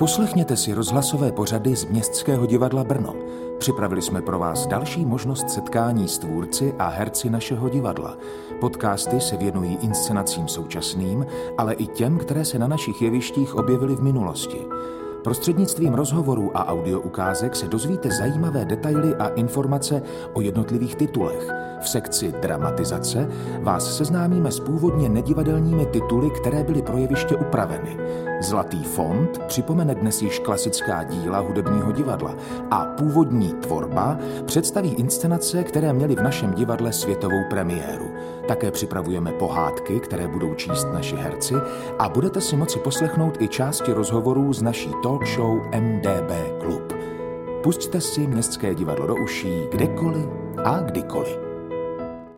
Poslechněte si rozhlasové pořady z Městského divadla Brno. Připravili jsme pro vás další možnost setkání s tvůrci a herci našeho divadla. Podcasty se věnují inscenacím současným, ale i těm, které se na našich jevištích objevily v minulosti. Prostřednictvím rozhovorů a audioukázek se dozvíte zajímavé detaily a informace o jednotlivých titulech. V sekci dramatizace vás seznámíme s původně nedivadelními tituly, které byly pro jeviště upraveny. Zlatý fond připomene dnes již klasická díla hudebního divadla a původní tvorba představí inscenace, které měly v našem divadle světovou premiéru. Také připravujeme pohádky, které budou číst naši herci a budete si moci poslechnout i části rozhovorů z naší talk show MDB Klub. Pusťte si Městské divadlo do uší kdekoliv a kdykoliv.